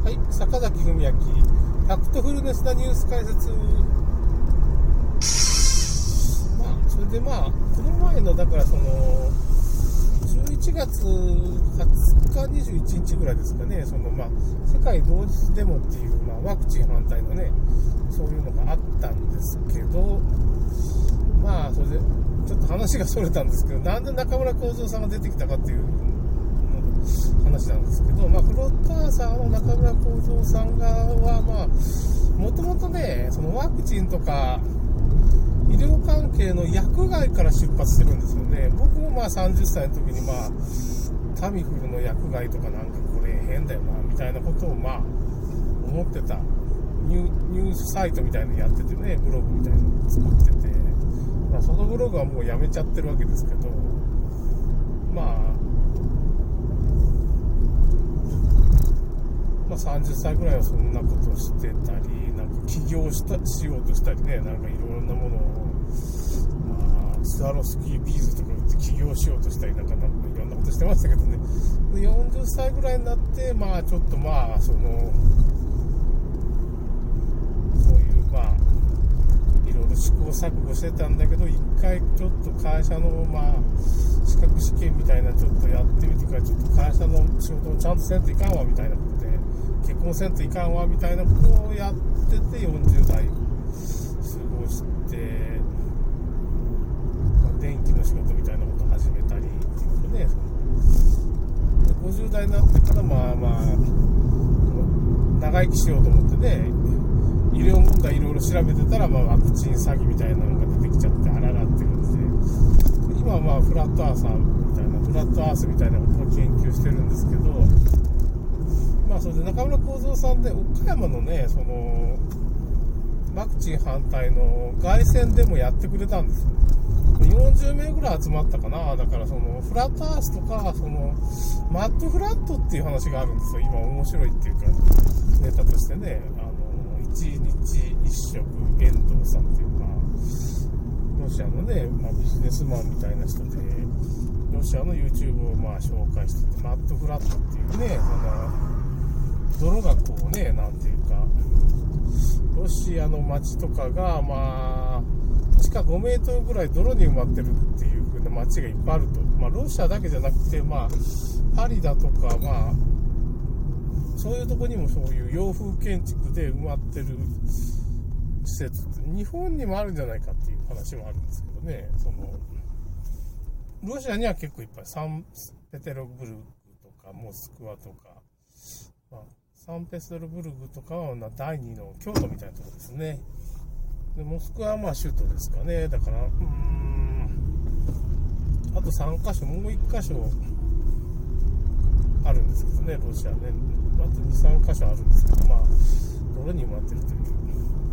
はい、坂崎文明、ファクトフルネスなニュース解説。それでこの前の、だから11月20日、21日ぐらいですかね、世界同日デモっていう、ワクチン反対のね、そういうのがあったんですけど、それで、ちょっと話がそれたんですけど、なんで中村幸三さんが出てきたかっていう話なんですけど、フロッターサーの中村幸三さん側は、もともとね、そのワクチンとか、医療関係の薬害から出発してるんですよね。僕も30歳の時にタミフルの薬害とかなんかこれ変だよな、みたいなことを思ってた。ニュースサイトみたいなのやっててね、ブログみたいなの作ってて、そのブログはもうやめちゃってるわけですけど、30歳ぐらいはそんなことをしてたり、なんか起業しようとしたりね、なんかいろんなものを、スワロフスキービーズとか売って起業しようとしたり、なんかいろんなことしてましたけどね。40歳ぐらいになって、ちょっとそういういろいろ試行錯誤してたんだけど、一回ちょっと会社の資格試験みたいなちょっとやってみてから、ちょっと会社の仕事をちゃんとせんといかんわみたいなことで、結婚せんといかんわみたいなことをやってて、40代過ごして、電気の仕事みたいなことを始めたりっていうとね、50代になってから長生きしようと思ってね、医療問題いろいろ調べてたら、ワクチン詐欺みたいなのが出てきちゃってあららってるんで、今はフラットアーサーみたいな、フラットアースみたいなことを研究してるんですけど、それで中村幸三さんで岡山のね、ワクチン反対の凱旋でもやってくれたんですよ。40名ぐらい集まったかな。だからフラットアースとかマットフラットっていう話があるんですよ。今面白いっていうかネタとしてね、一日一食遠藤さんっていうロシアのね、ビジネスマンみたいな人で、ロシアの YouTube を紹介してて、マットフラットっていうね、泥がこうね、なんていうか、ロシアの街とかが地下5メートルぐらい泥に埋まってるっていう風な街がいっぱいあると。ロシアだけじゃなくて、パリだとか、そういうとこにもそういう洋風建築で埋まってる施設って日本にもあるんじゃないかっていう話もあるんですけどね。ロシアには結構いっぱい、サンペテルブルクとかモスクワとか、サンペテルブルクとかは第2の京都みたいなところですね。でモスクワは首都ですかね。だからあと3カ所、もう1カ所あるんですけどね、ロシアね。あと2、3カ所あるんですけど、泥に埋まってるという。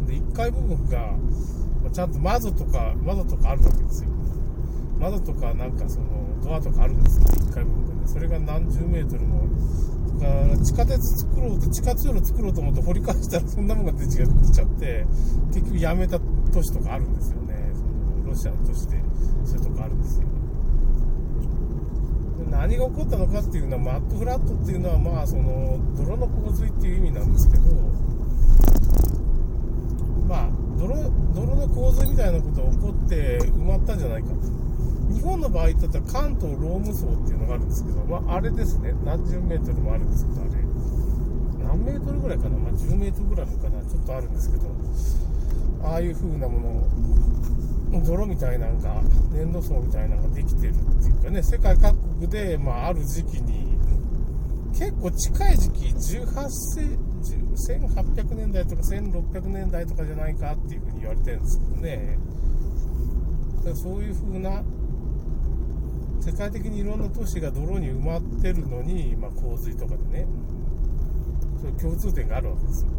で、1階部分が、ちゃんと窓とかあるわけですよ。窓とかなんかドアとかあるんですよ、1階部分がね。それが何十メートルの、地下鉄作ろうと、地下通路作ろうと思って掘り返したらそんなものが出ちゃって、結局やめた都市とかあるんですよね。ロシアの都市で、そういうとこあるんですよ。何が起こったのかっていうのは、マットフラットっていうのは泥の洪水っていう意味なんですけど、泥の洪水みたいなことが起こって埋まったんじゃないかと。日本の場合だったら関東ローム層っていうのがあるんですけど、あれですね、何十メートルもあるんですけど、あれ何メートルぐらいかな、10メートルぐらいのかな、ちょっとあるんですけど、ああいう風なもの、泥みたいなのが、粘土層みたいなのができてるっていうかね、世界各国で、ある時期に、結構近い時期、1800年代とか1600年代とかじゃないかっていう風に言われてるんですけどね。だからそういう風な、世界的にいろんな都市が泥に埋まってるのに、洪水とかでね、そういう共通点があるわけですよ。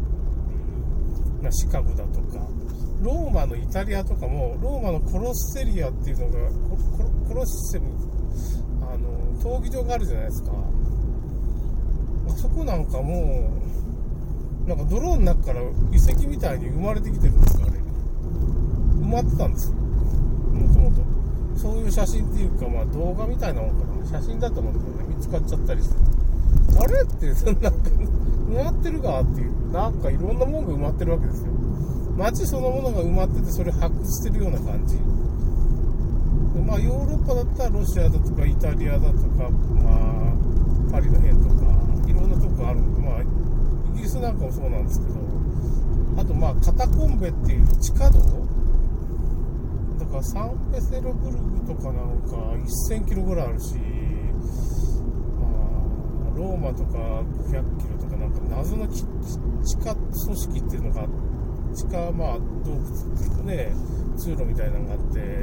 シカゴだとか、ローマのイタリアとかも、ローマのコロッセリアっていうのが、コロッセム、闘技場があるじゃないですか。そこなんかもう、なんか泥の中から遺跡みたいに生まれてきてるんですか、あれ。埋まってたんですよ。もともと。そういう写真っていうか、動画みたいなもんかな。写真だと思うんだけどね、見つかっちゃったりして。あれって、 埋まってるかっていう、なんかいろんなものが埋まってるわけですよ。街そのものが埋まってて、それ発掘してるような感じ。まあヨーロッパだったらロシアだとかイタリアだとか、まあパリの辺とかいろんなとこある。まあイギリスなんかもそうなんですけど、あとまあカタコンベっていう地下道だからサンペテルブルクとかなんか1000キロぐらいあるし、まあローマとか500キロとかなんか謎の地下組織っていうのが、地下まあ洞窟っていうかね、通路みたいなのがあって、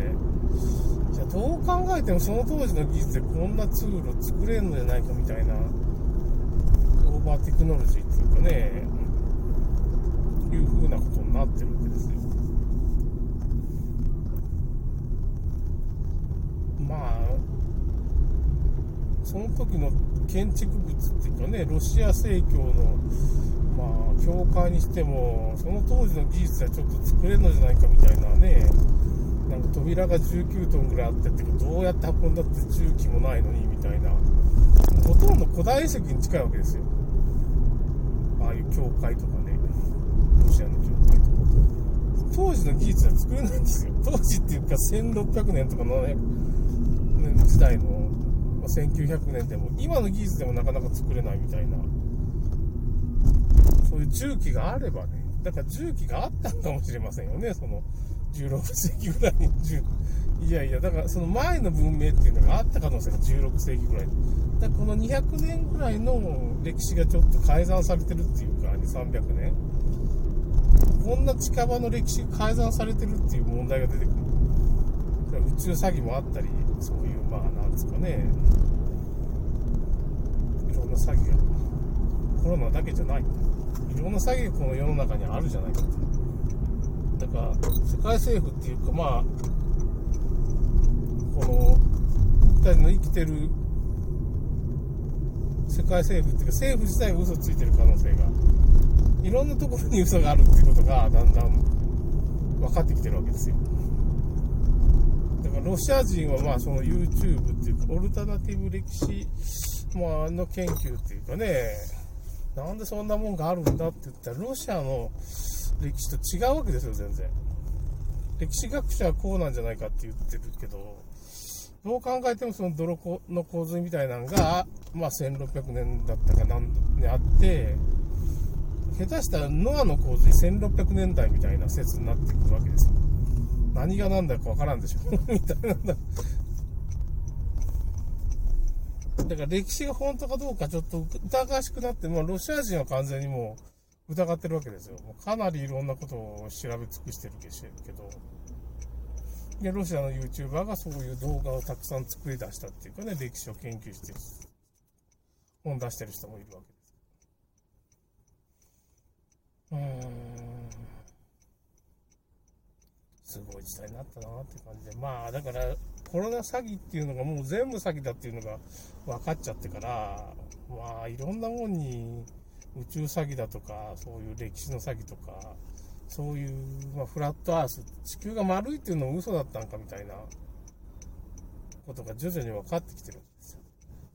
じゃあどう考えてもその当時の技術でこんな通路作れるのじゃないかみたいな、オーバーテクノロジーっていうかね、いう風なことになってるわけですよ。まあその時の建築物っていうかね、ロシア正教のまあ教会にしてもその当時の技術はちょっと作れるのじゃないかみたいなね、なんか扉が19トンぐらいあってってどうやって運んだって重機もないのにみたいな、ほとんど古代遺跡に近いわけですよ。ああいう教会とかね、ロシアの教会とか当時の技術は作れないんですよ。当時っていうか1600年とか700年時代の1900年でも今の技術でもなかなか作れないみたいな、そういう重機があればね、だから重機があったのかもしれませんよね、その16世紀ぐらいに。いやいや、だからその前の文明っていうのがあった可能性が16世紀ぐらいだから、この200年ぐらいの歴史がちょっと改ざんされてるっていうか、300年こんな近場の歴史が改ざんされてるっていう問題が出てくる。宇宙詐欺もあったり、そういうまあなんですかね、いろんな詐欺が、コロナだけじゃない、いろんな詐欺がこの世の中にあるじゃないかって。だから世界政府っていうか、まあこの僕たちの生きてる世界政府っていうか、政府自体が嘘ついてる可能性が、いろんなところに嘘があるっていうことがだんだん分かってきてるわけですよ。だからロシア人はまあその YouTube っていうかオルタナティブ歴史、まあ、の研究っていうかね、なんでそんなもんがあるんだって言ったら、ロシアの歴史と違うわけですよ。全然歴史学者はこうなんじゃないかって言ってるけど、どう考えてもその泥の洪水みたいなのが、まあ、1600年だったかなんであって、下手したらノアの洪水1600年代みたいな説になってくるわけですよ。何が何だかわからんでしょみたいな。だから歴史が本当かどうかちょっと疑わしくなって、まあ、ロシア人は完全にもう疑ってるわけですよ。もうかなりいろんなことを調べ尽くしてるけど、でロシアの YouTuber がそういう動画をたくさん作り出したっていうかね、歴史を研究して本出してる人もいるわけです。すごい時代になったなって感じで、まあだからコロナ詐欺っていうのがもう全部詐欺だっていうのが分かっちゃってから、まあいろんなもんに宇宙詐欺だとか、そういう歴史の詐欺とか、そういう、まあ、フラットアース、地球が丸いっていうのも嘘だったんかみたいなことが徐々に分かってきてるんですよ。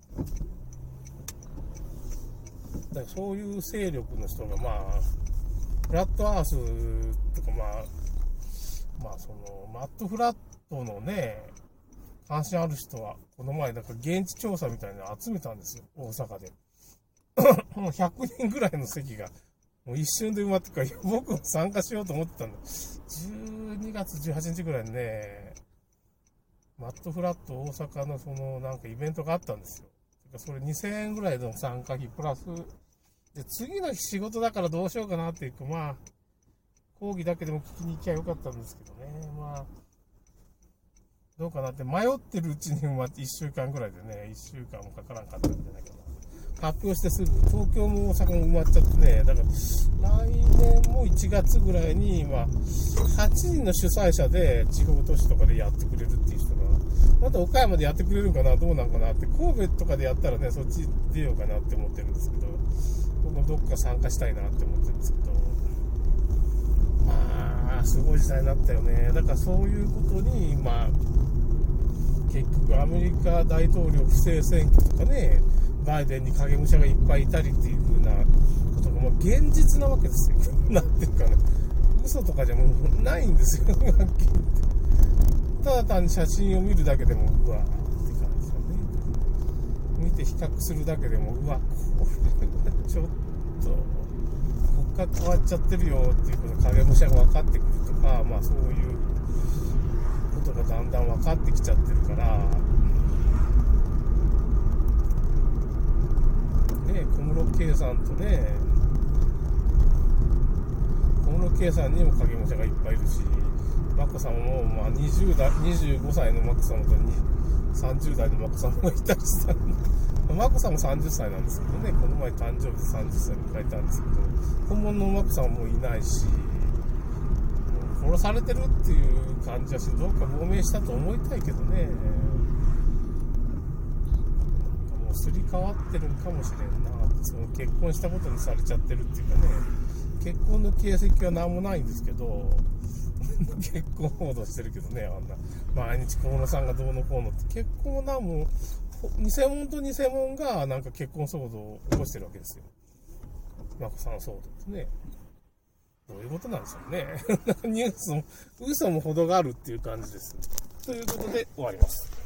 だからそういう勢力の人がまあフラットアースとか、まあそのマットフラットのね、関心ある人はこの前なんか現地調査みたいなの集めたんですよ、大阪で。もう100人ぐらいの席がもう一瞬で埋まってから、僕も参加しようと思ってたんだ。12月18日ぐらいにね、マットフラット大阪のそのなんかイベントがあったんですよ。それ2000円ぐらいの参加費プラスで、次の日仕事だからどうしようかなっていうか、まあ講義だけでも聞きに行きゃよかったんですけどね、まあどうかなって迷ってるうちに埋まって1週間ぐらいでね、1週間もかからんかったんじゃないかな。発表してすぐ東京も大阪も埋まっちゃってね、だから来年も1月ぐらいに、まあ、8人の主催者で地方都市とかでやってくれるっていう人が、また岡山でやってくれるんかな、どうなんかなって、神戸とかでやったらね、そっち出ようかなって思ってるんですけど、僕もどっか参加したいなって思ってるんですけど、まあすごい時代になったよね。だからそういうことに、まあ結局アメリカ大統領不正選挙とかね、バイデンに影武者がいっぱいいたりっていう風なこと現実なわけですよ。なんていうかね、嘘とかじゃもうないんですよ、はっきり言って。ただ単に写真を見るだけでも、うわーって感じですよね。見て比較するだけでも、うわ、これはちょっと、骨格変わっちゃってるよっていうこと、影武者が分かってくるとか、まあそういうことがだんだん分かってきちゃってるから、ね、小室圭さんとね、小室圭さんにも影武者がいっぱいいるし、眞子さんも、まあ、25歳の眞子さんと30代の眞子さんもいたりしたんで、眞子さんも30歳なんですけどね、この前誕生日で30歳迎えたんですけど、本物の眞子さんもいないし、殺されてるっていう感じはし、どうか亡命したと思いたいけどね、もうすり替わってるんかもしれんな。その結婚したことにされちゃってるっていうかね、結婚の形跡は何もないんですけど、結婚報道してるけどね、あんな毎日河野さんがどうのこうのって、結婚はもう偽物と偽物がなんか結婚騒動を起こしてるわけですよ。眞子さん騒動ってね、どういうことなんでしょうね。ニュースも嘘も程があるっていう感じです。ということで終わります。